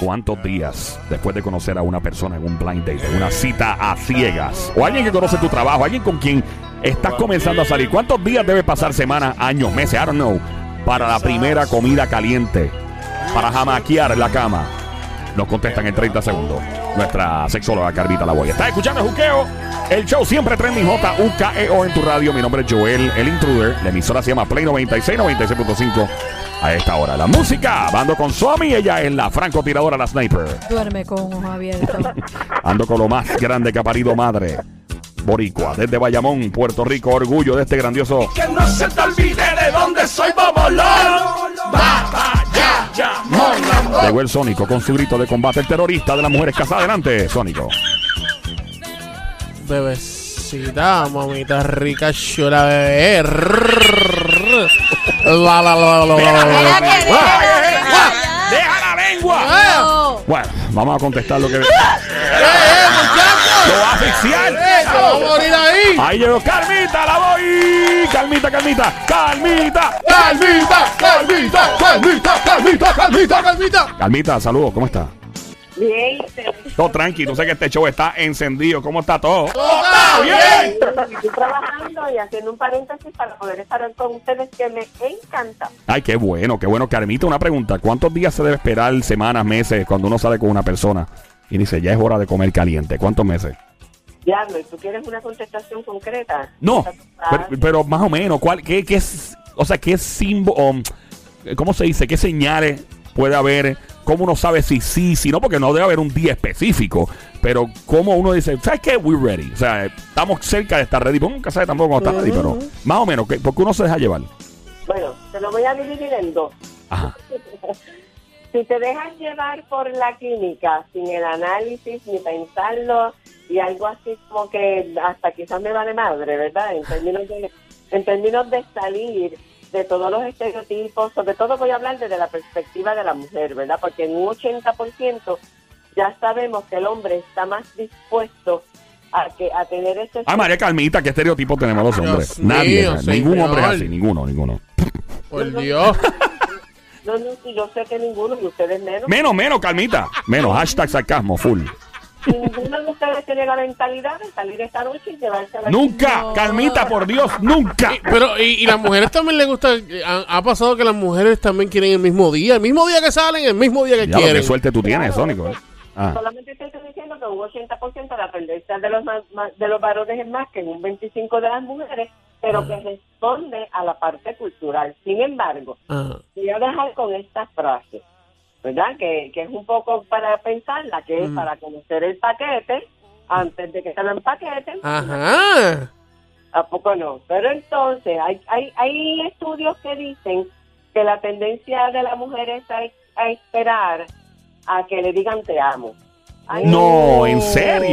¿Cuántos días después de conocer a una persona en un blind date, en una cita a ciegas, o alguien que conoce tu trabajo, alguien con quien estás comenzando a salir, cuántos días debe pasar, semanas, años, meses, I don't know, para la primera comida caliente, para jamaquear en la cama? Nos contestan en 30 segundos nuestra sexóloga Carmita Lavoy. Estás escuchando el Juqueo, el show siempre trending, J-U-K-E-O en tu radio. Mi nombre es Joel, el intruder. La emisora se llama Play 96, 96.5 a esta hora. La música, ando con Somi, ella es la francotiradora, la sniper. Duerme con ojos abiertos. Ando con lo más grande que ha parido madre boricua, desde Bayamón, Puerto Rico, orgullo de este grandioso. Que no se te olvide de dónde soy, Bobolón. Llegó el Sónico con su grito de combate, el terrorista de las mujeres casadas. Adelante, Sónico. Bebecita, mamita rica, chula, bebé. ¡Deja la lengua! No. Bueno, vamos a contestar lo que... ¡Lo muchacho! va a asfixiar! ¡Vamos a morir ahí! Ahí llegó Carmita, la voy. Calmita. Calmita, saludos, ¿cómo está? Bien, Todo tranqui, tú sé que este show está encendido. ¿Cómo está todo? ¡Está bien! estoy trabajando y haciendo un paréntesis para poder estar con ustedes, que me encanta. Ay, qué bueno. Carmita, una pregunta. ¿Cuántos días se debe esperar, semanas, meses, cuando uno sale con una persona y dice, ya es hora de comer caliente? ¿Cuántos meses? Diablo, ¿y tú quieres una contestación concreta? No, pero más o menos, ¿qué es, o sea, qué símbolo, cómo se dice, qué señales puede haber? ¿Cómo uno sabe si no? Porque no debe haber un día específico, pero cómo uno dice, ¿sabes qué? We're ready. O sea, estamos cerca de estar ready. Porque nunca sabe tampoco cuando está ready, pero más o menos, ¿por qué uno se deja llevar? Bueno, te lo voy a dividir en dos. Ajá. Si te dejas llevar por la química, sin el análisis, ni pensarlo, y algo así como que hasta quizás me va de madre, ¿verdad? En términos de salir de todos los estereotipos, sobre todo voy a hablar desde la perspectiva de la mujer, ¿verdad? Porque en un 80% ya sabemos que el hombre está más dispuesto a tener ese... Ay, María Calmita, ¿qué estereotipos tenemos los hombres? Dios Nadie, mío, ningún señor. hombre es así, ninguno. Por Dios. No, sí, yo sé que ninguno, y ustedes menos. Menos, Calmita. Menos, hashtag sarcasmo, full. Ninguno de ustedes tiene la mentalidad de salir esta noche y llevarse a la... Nunca, No. Calmita, por Dios, nunca. Pero, y las mujeres también les gusta. Ha pasado que las mujeres también quieren el mismo día que salen, el mismo día que Ya, quieren. qué suerte tú tienes, Sónico. Ah. Solamente estoy diciendo que un 80% la tendencia de los varones es más que en un 25% de las mujeres, pero que responde a la parte cultural. Sin embargo, Ajá. voy a dejar con esta frase, ¿verdad? Que es un poco para pensarla, que es para conocer el paquete antes de que se lo empaqueten. Ajá. ¿A poco no? Pero entonces hay estudios que dicen que la tendencia de la mujer es a esperar a que le digan te amo. Ay, No, ¿en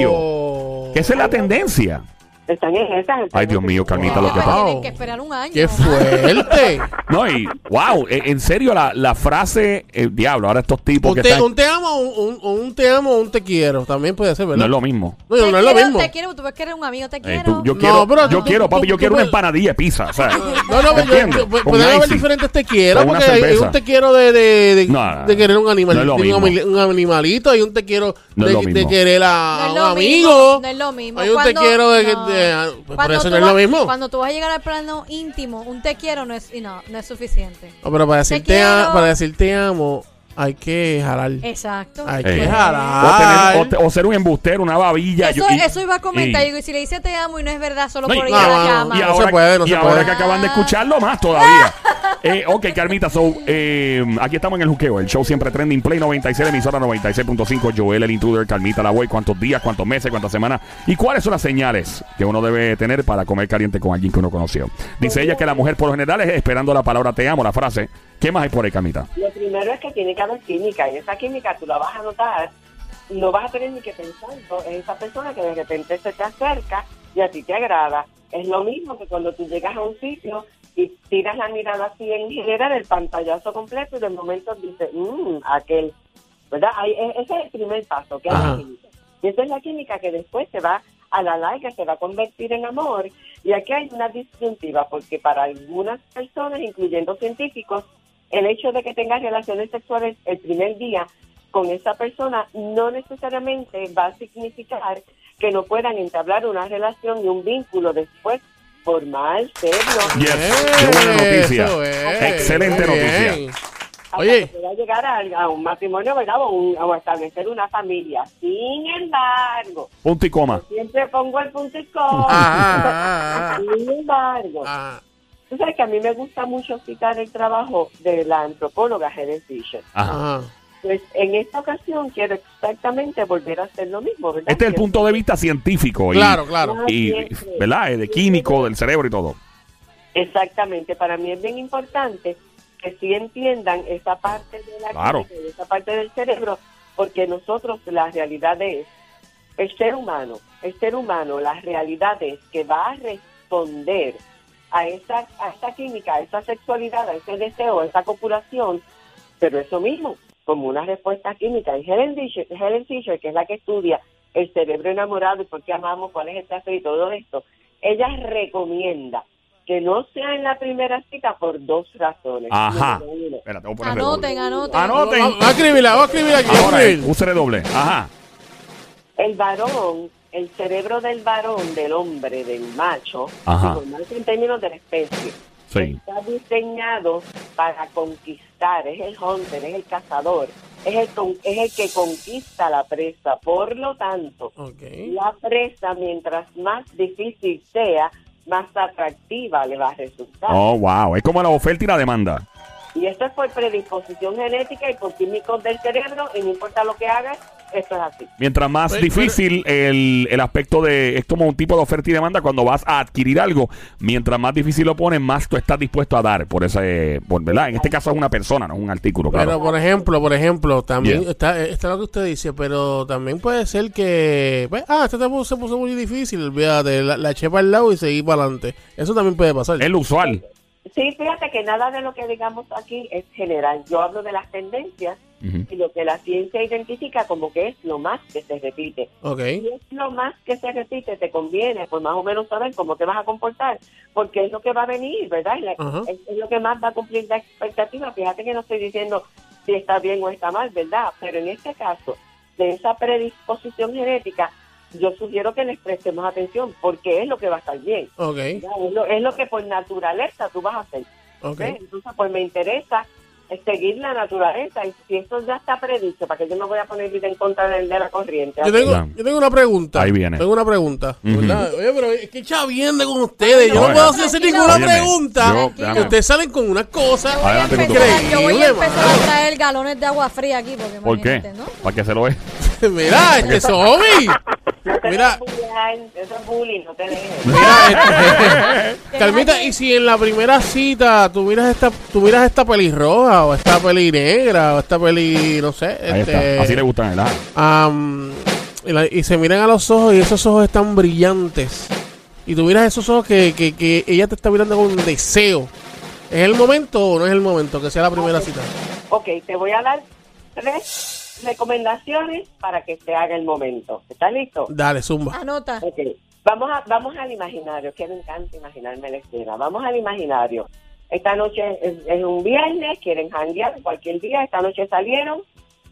serio? ¿Qué es la tendencia? Están en esas. Ay, Dios mío, Carmita, lo que pasa. Tienen que esperar un año. ¡Qué fuerte! No, y wow, en serio, la frase, diablo, ahora estos tipos que están... Un te amo un te amo o un te quiero. También puede ser, ¿verdad? No es lo mismo. No, no es lo mismo. Te quiero, tú ves que eres un amigo, te Ey, quiero. yo No, quiero, pero yo tú- quiero, tú- papi, yo tú quiero una puedes- empanadilla de pizza, o sea, No, ¿entiendes? Con pueden haber icing. diferentes te quiero, Con una porque hay cerveza. un te quiero de No, de querer un animal, no es lo de mismo. un animalito, hay un te quiero No es lo de mismo. querer No a es un lo amigo. mismo, no es lo mismo. Hay un te Cuando- quiero no. por Cuando eso tú no es lo vas- mismo. Cuando tú vas a llegar al plano íntimo, un te quiero no es suficiente. No, pero para decir quiero. para decir te amo, hay que jalar. Exacto. Hay Ey. que O, jalar. o ser un embustero, una babilla. Eso iba a comentar. y- Digo, y si le dice te amo y no es verdad, solo No, por y- ir a la no, cama. Y No ahora, se puede, no y se ahora puede. que acaban de escucharlo más todavía. Ok, Carmita, aquí estamos en el Juqueo, el show siempre trending, Play 96, emisora 96.5, Joel, el intruder, Carmita, la voy, cuántos días, cuántos meses, cuántas semanas, y cuáles son las señales que uno debe tener para comer caliente con alguien que uno conoció. Dice ella que la mujer por lo general es esperando la palabra te amo, la frase. ¿Qué más hay por ahí, Carmita? Lo primero es que tiene que haber química, y esa química tú la vas a notar, no vas a tener ni que pensarlo, es esa persona que de repente se te acerca y a ti te agrada. Es lo mismo que cuando tú llegas a un sitio y tiras la mirada así en general, el pantallazo completo, y de momento dices, aquel, ¿verdad? Ese es el primer paso, que es Ajá. la química. Y esa es la química que después se va a la larga, se va a convertir en amor. Y aquí hay una disyuntiva, porque para algunas personas, incluyendo científicos, el hecho de que tengas relaciones sexuales el primer día con esa persona no necesariamente va a significar que no puedan entablar una relación y un vínculo después formal, serio. Yes. Qué buena noticia. Eso es. Excelente Muy noticia. bien. Hasta Oye. que pueda llegar a un matrimonio, ¿verdad? O establecer una familia. Sin embargo, Punto y coma. siempre pongo el punto y coma. Ah. Sin embargo, Ah. tú sabes que a mí me gusta mucho citar el trabajo de la antropóloga Helen Fisher. Ajá. Ajá. Pues en esta ocasión quiero exactamente volver a hacer lo mismo, ¿verdad? Este es el punto de vista científico. Claro, claro. Y, ¿verdad? De químico, del cerebro y todo. Exactamente, para mí es bien importante que sí entiendan esa parte de la Claro. química y esa parte del cerebro, porque nosotros la realidad es, el ser humano, la realidad es que va a responder a esa química, a esa sexualidad, a ese deseo, a esa copulación, pero eso mismo, como una respuesta química. Y Helen Fisher, que es la que estudia el cerebro enamorado y por qué amamos, cuál es el placer y todo esto, ella recomienda que no sea en la primera cita por dos razones. Ajá. Número uno, Espérate, voy a ponerle doble. Anoten. Anoten. Va a escribirla aquí. Ahora, úsele doble. Ajá. el varón, el cerebro del varón, del hombre, del macho, Ajá. normalmente en términos de la especie, Sí. está diseñado para conquistar, es el hunter, es el cazador, es el que conquista la presa. Por lo tanto, Ok. la presa, mientras más difícil sea, más atractiva le va a resultar. Oh, wow. Es como la oferta y la demanda. Y esto es por predisposición genética y por químicos del cerebro, y no importa lo que hagas, esto es así. Mientras más Pero- difícil el aspecto de... Es como un tipo de oferta y demanda cuando vas a adquirir algo. Mientras más difícil lo pones, más tú estás dispuesto a dar por ese... ¿verdad? En este caso es una persona, no es un artículo, claro. Pero por ejemplo, también Yeah. está lo que usted dice, pero también puede ser que este se puso muy difícil, olvídate, la eché para el lado y seguí para adelante. Eso también puede pasar. Es lo usual. Sí, fíjate que nada de lo que digamos aquí es general. Yo hablo de las tendencias Ujú. y lo que la ciencia identifica como que es lo más que se repite. Ok. Si es lo más que se repite, te conviene pues más o menos saber cómo te vas a comportar, porque es lo que va a venir, ¿verdad? Ajá. Es lo que más va a cumplir la expectativa. Fíjate que no estoy diciendo si está bien o está mal, ¿verdad? Pero en este caso, de esa predisposición genética, yo sugiero que les prestemos atención, porque es lo que va a estar bien. Ok. ¿Verdad? Es lo que por naturaleza tú vas a hacer. Ok. ¿Ves? Entonces, pues me interesa seguir la naturaleza, y si eso ya está predicho, para que yo no voy a poner vida en contra de la corriente. Yo tengo una pregunta. Ahí viene. Tengo una pregunta, Ujú. ¿verdad? Oye, pero es que chaviende con ustedes. Yo no Oye. puedo hacer ninguna Óyeme, pregunta. yo- Tranquilo. déjame- Ustedes salen con unas cosas. Adelante con tu increíbles, Yo voy a empezar mano. a traer galones de agua fría aquí, porque ¿Por qué? imagínate, ¿no? ¿Para qué se lo ve? Mira, Somi. No te Mira. dejes bullear, eso es bullying, no te dejes. Mira, Carmita, y si en la primera cita tú miras esta pelirroja o esta peli negra o esta peli, no sé, Ahí está. Así le gustan, ¿verdad? y se miran a los ojos y esos ojos están brillantes y tú miras esos ojos que ella te está mirando con deseo. ¿Es el momento o no es el momento que sea la primera cita? Ok, te voy a dar 3 recomendaciones para que se haga el momento. ¿Estás listo? Dale, zumba. Anota. Ok, vamos al imaginario, que me encanta imaginarme la escena. Vamos al imaginario. Esta noche es un viernes, quieren janguear cualquier día, esta noche salieron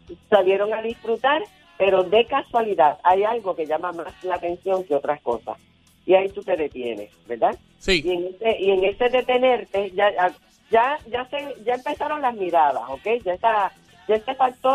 a disfrutar, pero de casualidad hay algo que llama más la atención que otras cosas. Y ahí tú te detienes, ¿verdad? Sí. Y en ese detenerte, ya empezaron las miradas, ¿ok? Ese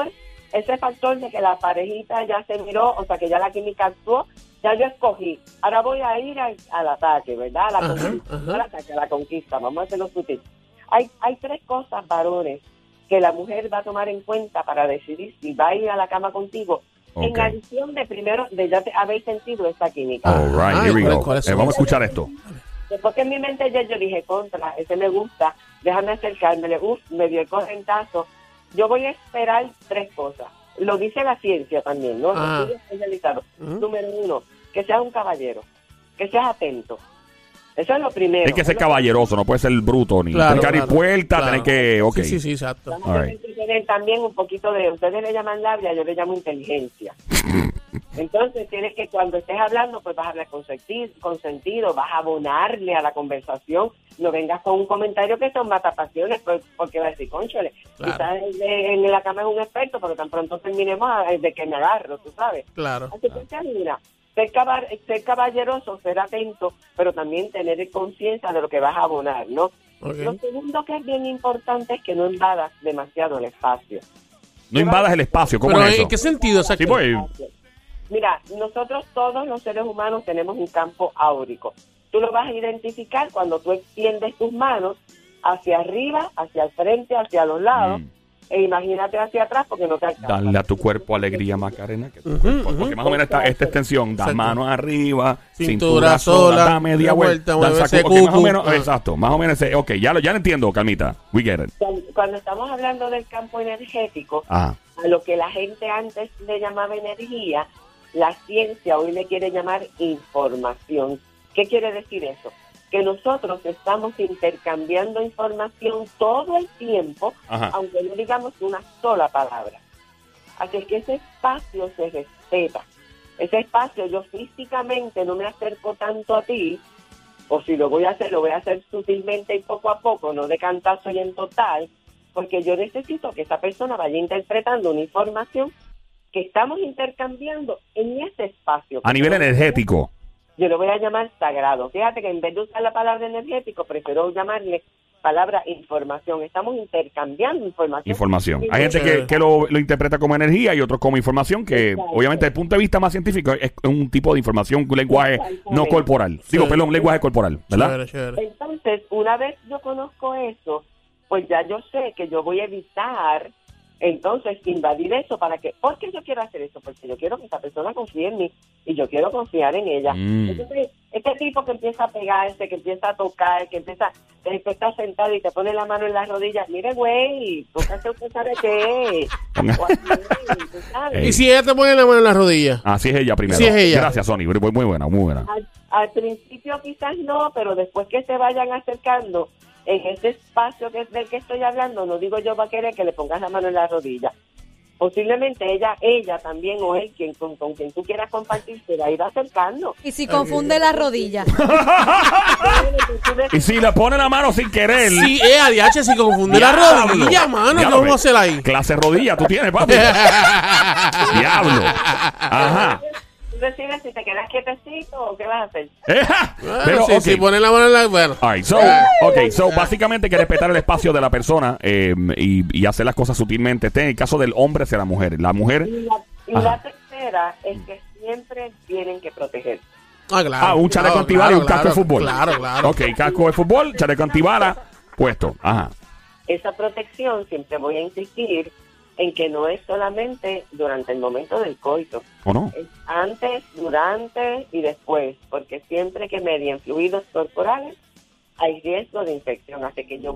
factor de que la parejita ya se miró, o sea, que ya la química actuó, ya yo escogí. Ahora voy a ir al ataque, ¿verdad? A la conquista, no al ataque, a la conquista. Vamos a hacerlo sutil. Hay 3 cosas, varones, que la mujer va a tomar en cuenta para decidir si va a ir a la cama contigo. Ok. En adición de ya habéis sentido esa química. All right, Ay, here we go. ¿cuáles son? Vamos a escuchar esto. Después que en mi mente ya yo dije, contra, ese me gusta, déjame acercarme, me dio el correntazo. Yo voy a esperar 3 cosas. Lo dice la ciencia también, ¿no? Ah. Estudios especializados. Ujú. Número 1, que seas un caballero, que seas atento. Eso es lo primero. Hay que ser caballeroso, no puede ser bruto, ni Claro, tener claro, puerta, claro. tener que... Ok. Sí, exacto. Vamos All a right. tener que tener también un poquito de, ustedes le llaman labia, yo le llamo inteligencia. Entonces tienes que, cuando estés hablando, pues vas a hablar con sentido, vas a abonarle a la conversación. No vengas con un comentario que son matapasiones, porque va a decir, cónchale, Claro. quizás en la cama es un experto, pero tan pronto terminemos de que me agarro, tú sabes. Claro. Así que mira, ser caballeroso, ser atento, pero también tener conciencia de lo que vas a abonar, ¿no? Ok. Lo segundo que es bien importante es que no invadas demasiado el espacio. No invadas el espacio, ¿cómo Pero es eso? ¿en qué sentido? Exacto? Sí, pues, Mira, nosotros todos los seres humanos tenemos un campo áurico. Tú lo vas a identificar cuando tú extiendes tus manos hacia arriba, hacia el frente, hacia los lados, e imagínate hacia atrás porque no te alcanza. dale a tu cuerpo alegría, Macarena. Que tu Ujú, cuerpo- ujú. porque más o menos esta extensión, das Exacto. manos arriba, Cintura sola, da media da vuelta, vuelta, mueve ese ok, más o cucu. menos, Ah. exacto, más o menos, ok, ya lo entiendo, Calmita, we get it. Cuando estamos hablando del campo energético, Ajá. a lo que la gente antes le llamaba energía, la ciencia hoy le quiere llamar información. ¿Qué quiere decir eso? Que nosotros estamos intercambiando información todo el tiempo, Ajá. aunque no digamos una sola palabra. Así es que ese espacio se respeta. Ese espacio, yo físicamente no me acerco tanto a ti, o si lo voy a hacer sutilmente y poco a poco, no de cantazo y en total, porque yo necesito que esa persona vaya interpretando una información que estamos intercambiando en ese espacio. A nivel energético. Yo lo voy a llamar sagrado. Fíjate que en vez de usar la palabra energético, prefiero llamarle palabra información. Estamos intercambiando información. Hay gente que lo interpreta como energía y otros como información, que Exacto. obviamente desde el punto de vista más científico es un tipo de información, un lenguaje no Exactamente. corporal. Digo, perdón, un lenguaje corporal, ¿verdad? Chévere, chévere. Entonces, una vez yo conozco eso, pues ya yo sé que yo voy a evitar entonces invadir eso. ¿Por qué yo quiero hacer eso? Porque yo quiero que esa persona confíe en mí y yo quiero confiar en ella. Entonces, este tipo que empieza a pegarse, que empieza a tocar, que empieza, tú estás sentado y te pone la mano en las rodillas, mire güey, tócate usted sabe qué. O así, tú sabes. ¿Y si ella te pone la mano en la rodilla? Así es ella primero. Sí, es ella. Gracias, Sony. Muy buena, muy buena. Al principio quizás no, pero después que se vayan acercando en ese espacio que es del que estoy hablando, no digo yo va a querer que le pongas la mano en la rodilla. Posiblemente ella también, o él, con quien tú quieras compartir, se va a ir acercando. Y si confunde la rodilla. Y si le pone la mano sin querer. Sí, ADH, si confunde la rodilla, mano, ¿qué vamos a hacer ahí? Clase rodilla, tú tienes, papi. Diablo. Ajá. Tú decides si te quedas quietecito o qué vas a hacer. Pero, si, si pone la mano en la... Bueno. All right, so básicamente hay que respetar el espacio de la persona y hacer las cosas sutilmente. En el caso del hombre será la mujer. La mujer... Y la tercera es que siempre tienen que proteger. Claro. Un chaleco antibala y un casco de fútbol. Claro. Ok, casco de fútbol, chaleco antibala puesto. Ajá. Esa protección siempre voy a insistir en que no es solamente durante el momento del coito. ¿O no? Es antes, durante y después, porque siempre que medien fluidos corporales hay riesgo de infección. Así que yo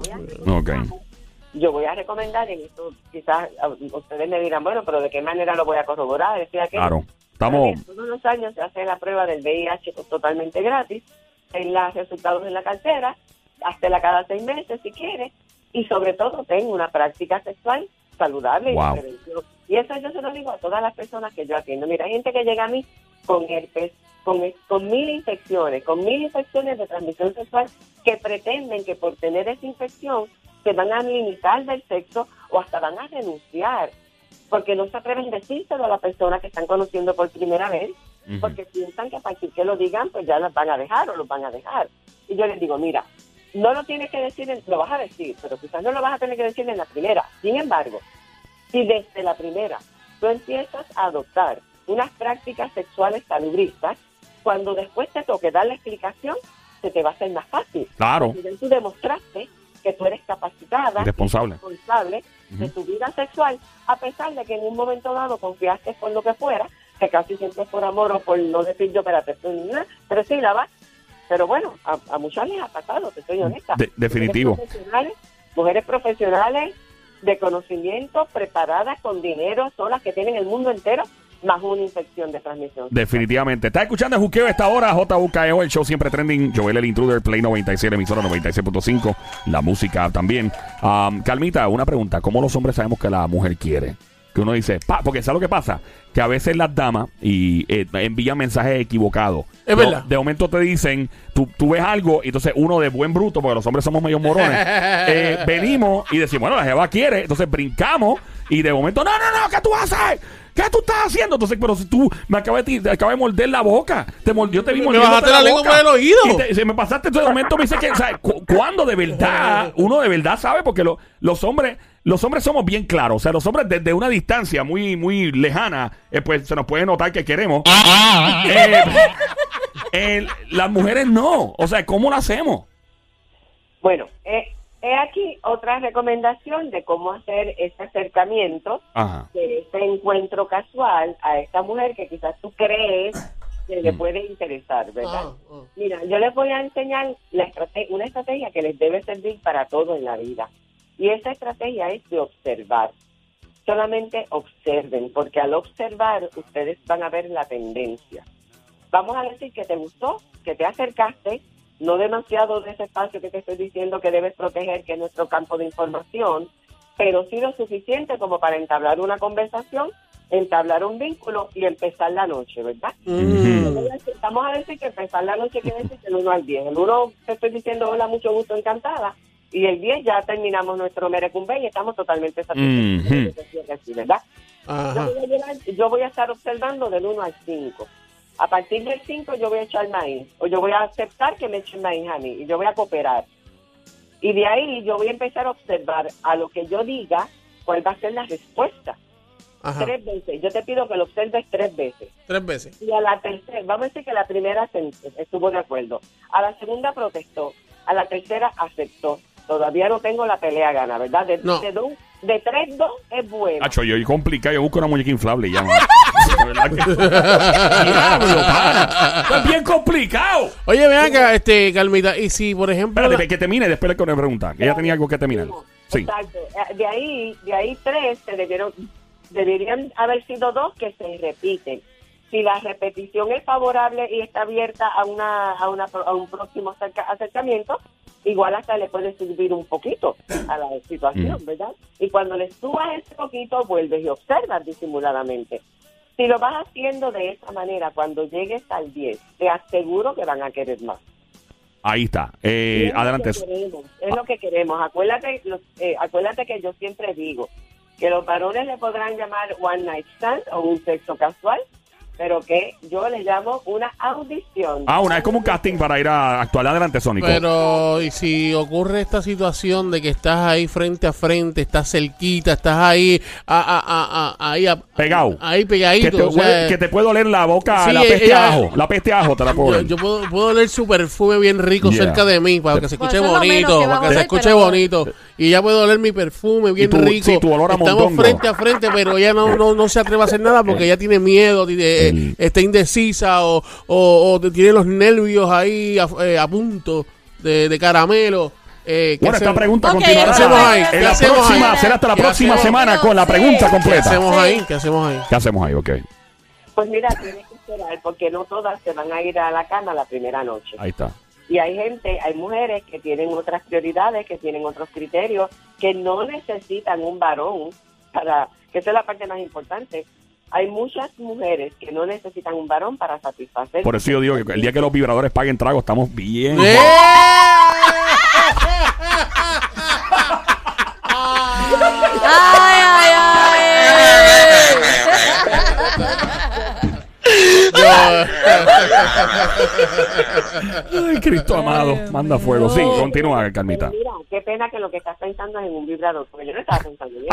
voy a recomendar, en esto quizás ustedes me dirán, bueno, pero ¿de qué manera lo voy a corroborar? Claro. Estamos... Todos los años se hace la prueba del VIH totalmente gratis, ten los resultados en la cartera, háztela cada 6 meses si quieres, y sobre todo ten una práctica sexual saludable. Wow. Y eso yo se lo digo a todas las personas que yo atiendo. Mira, hay gente que llega a mí con herpes, con 1000 infecciones, de transmisión sexual, que pretenden que por tener esa infección se van a limitar del sexo o hasta van a renunciar, porque no se atreven a decírselo a la persona que están conociendo por primera vez, porque piensan que a partir que lo digan, pues ya las van a dejar o los van a dejar. Y yo les digo, mira, no lo tienes que decir, lo vas a decir, pero quizás no lo vas a tener que decir en la primera. Sin embargo, si desde la primera tú empiezas a adoptar unas prácticas sexuales salubristas, cuando después te toque dar la explicación, se te va a hacer más fácil. Claro. Porque tú demostraste que tú eres capacitada, Responsable. de tu vida sexual, a pesar de que en un momento dado confiaste por lo que fuera, que casi siempre es por amor o por no decir yo, espérate, 3 sílabas. Pero bueno, a muchas les ha pasado, te soy honesta. Definitivo. Mujeres profesionales de conocimiento, preparadas, con dinero, son las que tienen el mundo entero, más una infección de transmisión. Definitivamente. Está escuchando el juqueo a esta hora, JUKEO, el show siempre trending. Joel el Intruder, Play 96, emisora 96.5, la música también. Calmita, una pregunta. ¿Cómo los hombres sabemos que la mujer quiere? que uno dice, porque ¿sabes lo que pasa? Que a veces las damas envían mensajes equivocados. Es verdad. De momento te dicen, tú ves algo, y entonces uno de buen bruto, porque los hombres somos medio morones, venimos y decimos, bueno, la jeva quiere, entonces brincamos, y de momento, no, ¿qué tú haces? ¿Qué tú estás haciendo? Entonces, pero si tú me acabas de morder la boca, yo te vi mordiendo bajaste la lengua por el oído. Y se me pasaste todo el momento, me dice que, o sea, cuando de verdad, uno de verdad sabe, porque los hombres somos bien claros. O sea, los hombres desde una distancia muy, muy lejana, pues se nos puede notar que queremos. Las mujeres no. O sea, ¿cómo lo hacemos? Bueno, he aquí otra recomendación de cómo hacer este acercamiento, de este encuentro casual a esta mujer que quizás tú crees que le puede interesar, ¿verdad? Mira, yo les voy a enseñar una estrategia que les debe servir para todo en la vida. Y esa estrategia es de observar. Solamente observen, porque al observar ustedes van a ver la tendencia. Vamos a decir que te gustó, que te acercaste, no demasiado de ese espacio que te estoy diciendo que debes proteger, que es nuestro campo de información, pero sí lo suficiente como para entablar una conversación, entablar un vínculo y empezar la noche, ¿verdad? Vamos a decir que empezar la noche quiere decir del 1 al 10. El 1 te estoy diciendo hola, mucho gusto, encantada, y el 10 ya terminamos nuestro merecumbe y estamos totalmente satisfechos, ¿verdad? Yo voy a estar observando del 1 al 5. A partir del 5 yo voy a echar maíz, o yo voy a aceptar que me echen maíz a mí, y yo voy a cooperar. Y de ahí yo voy a empezar a observar a lo que yo diga, cuál va a ser la respuesta. 3 veces. Yo te pido que lo observes 3 veces. 3 veces. Y a la tercera, vamos a decir que la primera estuvo de acuerdo. A la segunda protestó. A la tercera aceptó. Todavía no tengo la pelea gana, ¿verdad? De 3-2 es bueno. Acho, yo complicado, yo busco una muñeca inflable y ya. ¿Verdad que? Diablo, para. Es bien complicado. Oye, ven acá, Carmita, y si, por ejemplo... Espérate, que termine, después le con pregunta. Que ella tenía algo que terminar. Sí. Exacto. De ahí 3 deberían haber sido 2 que se repiten. Si la repetición es favorable y está abierta a un próximo acercamiento, igual hasta le puede subir un poquito a la situación, ¿verdad? Y cuando le subas ese poquito, vuelves y observas disimuladamente. Si lo vas haciendo de esa manera, cuando llegues al 10, te aseguro que van a querer más. Ahí está. Adelante. Es lo que queremos. Acuérdate que yo siempre digo que los varones le podrán llamar one night stand o un sexo casual, pero que yo le llamo una audición. Es como un casting para ir a actuar. Adelante, Sónico. Pero, y si ocurre esta situación de que estás ahí frente a frente, estás cerquita, estás ahí, pegado. Ahí pegadito. Que te puede oler la boca, sí, la peste a ajo. La peste a ajo te la puedo oler. Yo puedo oler su perfume bien rico cerca de mí, para que se escuche bonito, para que se escuche bonito. Y ella puede oler mi perfume bien rico. Sí, tu olor a Estamos mondongo. frente a frente, pero ella no se atreve a hacer nada porque ella tiene miedo, está indecisa o tiene los nervios ahí a punto de caramelo. Bueno, esta pregunta continuará. ¿Qué hacemos ahí? En la próxima, será hasta la próxima semana con la pregunta completa. ¿Qué hacemos ahí? ¿Qué hacemos ahí? Ok. Pues mira, tienes que esperar porque no todas se van a ir a la cama la primera noche. Ahí está. Y hay mujeres que tienen otras prioridades, que tienen otros criterios, que no necesitan un varón que esa es la parte más importante. Hay muchas mujeres que no necesitan un varón para satisfacer. Por eso yo digo que el día que los vibradores paguen trago, estamos bien. Ay, Cristo amado, manda fuego. Sí, continúa, Carmita. Mira, qué pena que lo que estás pensando es en un vibrador, porque yo no estaba pensando en eso.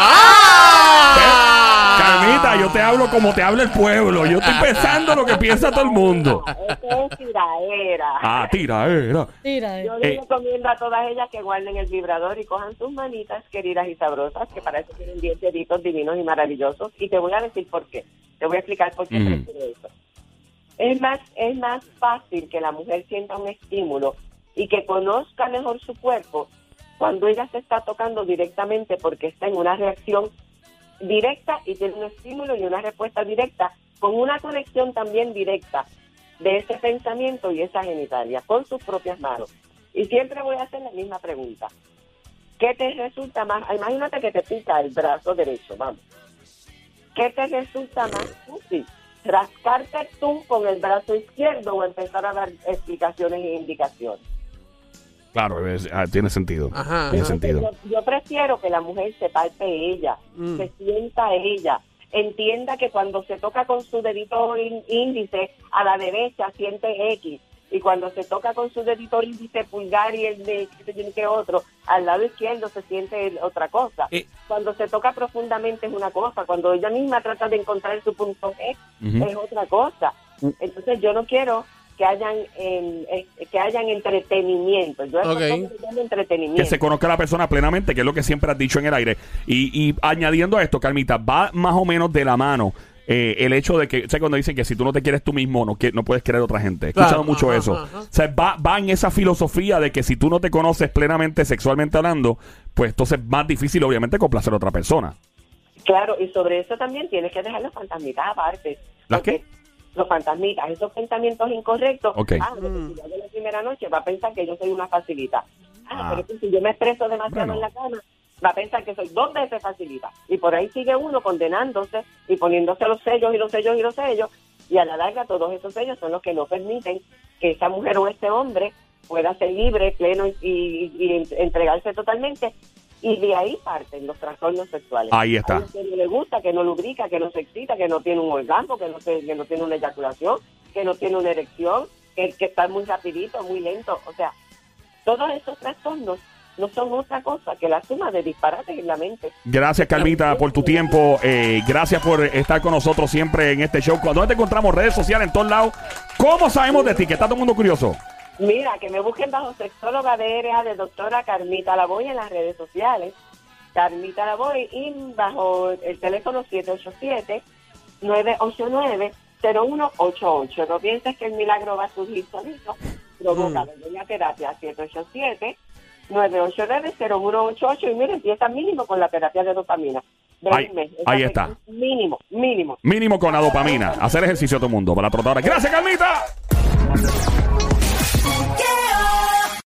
Carmita, yo te hablo como te habla el pueblo. Yo estoy pensando lo que piensa todo el mundo. Esto es tiraera. Tiraera. Yo les recomiendo a todas ellas que guarden el vibrador y cojan sus manitas queridas y sabrosas, que para eso tienen 10 deditos divinos y maravillosos. Y te voy a decir por qué. Te voy a explicar por qué prefiero eso. Es más fácil que la mujer sienta un estímulo y que conozca mejor su cuerpo cuando ella se está tocando directamente, porque está en una reacción directa y tiene un estímulo y una respuesta directa, con una conexión también directa de ese pensamiento y esa genitalia con sus propias manos. Y siempre voy a hacer la misma pregunta. ¿Qué te resulta más? Imagínate que te pica el brazo derecho, vamos. ¿qué te resulta más útil? ¿Rascarte tú con el brazo izquierdo o empezar a dar explicaciones e indicaciones? Claro, tiene sentido. Ajá, Tiene ajá. sentido. Yo prefiero que la mujer se palpe ella, se sienta ella, entienda que cuando se toca con su dedito índice a la derecha siente X, y cuando se toca con su dedito índice pulgar y el de que otro al lado izquierdo se siente otra cosa. Cuando se toca profundamente es una cosa, cuando ella misma trata de encontrar su punto G es otra cosa. Entonces yo no quiero que hayan entretenimiento. Yo Okay. entretenimiento. Que se conozca a la persona plenamente, que es lo que siempre has dicho en el aire. Y añadiendo a esto, Carmita, va más o menos de la mano el hecho de que, o sea, cuando dicen que si tú no te quieres tú mismo, no puedes querer a otra gente. He escuchado mucho Ajá, eso. ajá. O sea, va en esa filosofía de que si tú no te conoces plenamente sexualmente hablando, pues entonces es más difícil, obviamente, complacer a otra persona. Claro, y sobre eso también tienes que dejar los fantasmitas aparte. ¿Las Porque qué? Los fantasmitas, esos pensamientos incorrectos. Ok. Si yo hago la primera noche va a pensar que yo soy una facilita. Ah. Pero si yo me expreso demasiado Bueno. en la cama, va a pensar que soy 2 veces facilita. Y por ahí sigue uno condenándose y poniéndose los sellos y los sellos y los sellos. Y a la larga todos esos sellos son los que no permiten que esa mujer o ese hombre pueda ser libre, pleno y entregarse totalmente. Y de ahí parten los trastornos sexuales. Ahí está. A los que no le gusta, que no lubrica, que no se excita, que no tiene un orgasmo, que no tiene una eyaculación, que no tiene una erección, que está muy rapidito, muy lento. O sea, todos esos trastornos no son otra cosa que la suma de disparates en la mente. Gracias, Carmita, por tu tiempo. Gracias por estar con nosotros siempre en este show. ¿Dónde te encontramos? Redes sociales en todos lados. ¿Cómo sabemos de ti? Que está todo el mundo curioso. Mira, que me busquen bajo sexóloga DRA de doctora Carmita Lavoy en las redes sociales. Carmita Lavoy y bajo el teléfono 787-989-0188. No pienses que el milagro va a surgir solito. Provoca la terapia 787-989-0188 y mira, empieza mínimo con la terapia de dopamina. Ahí está. Mínimo. Mínimo con la dopamina. Hacer ejercicio a todo el mundo para trotar. Gracias, Carmita.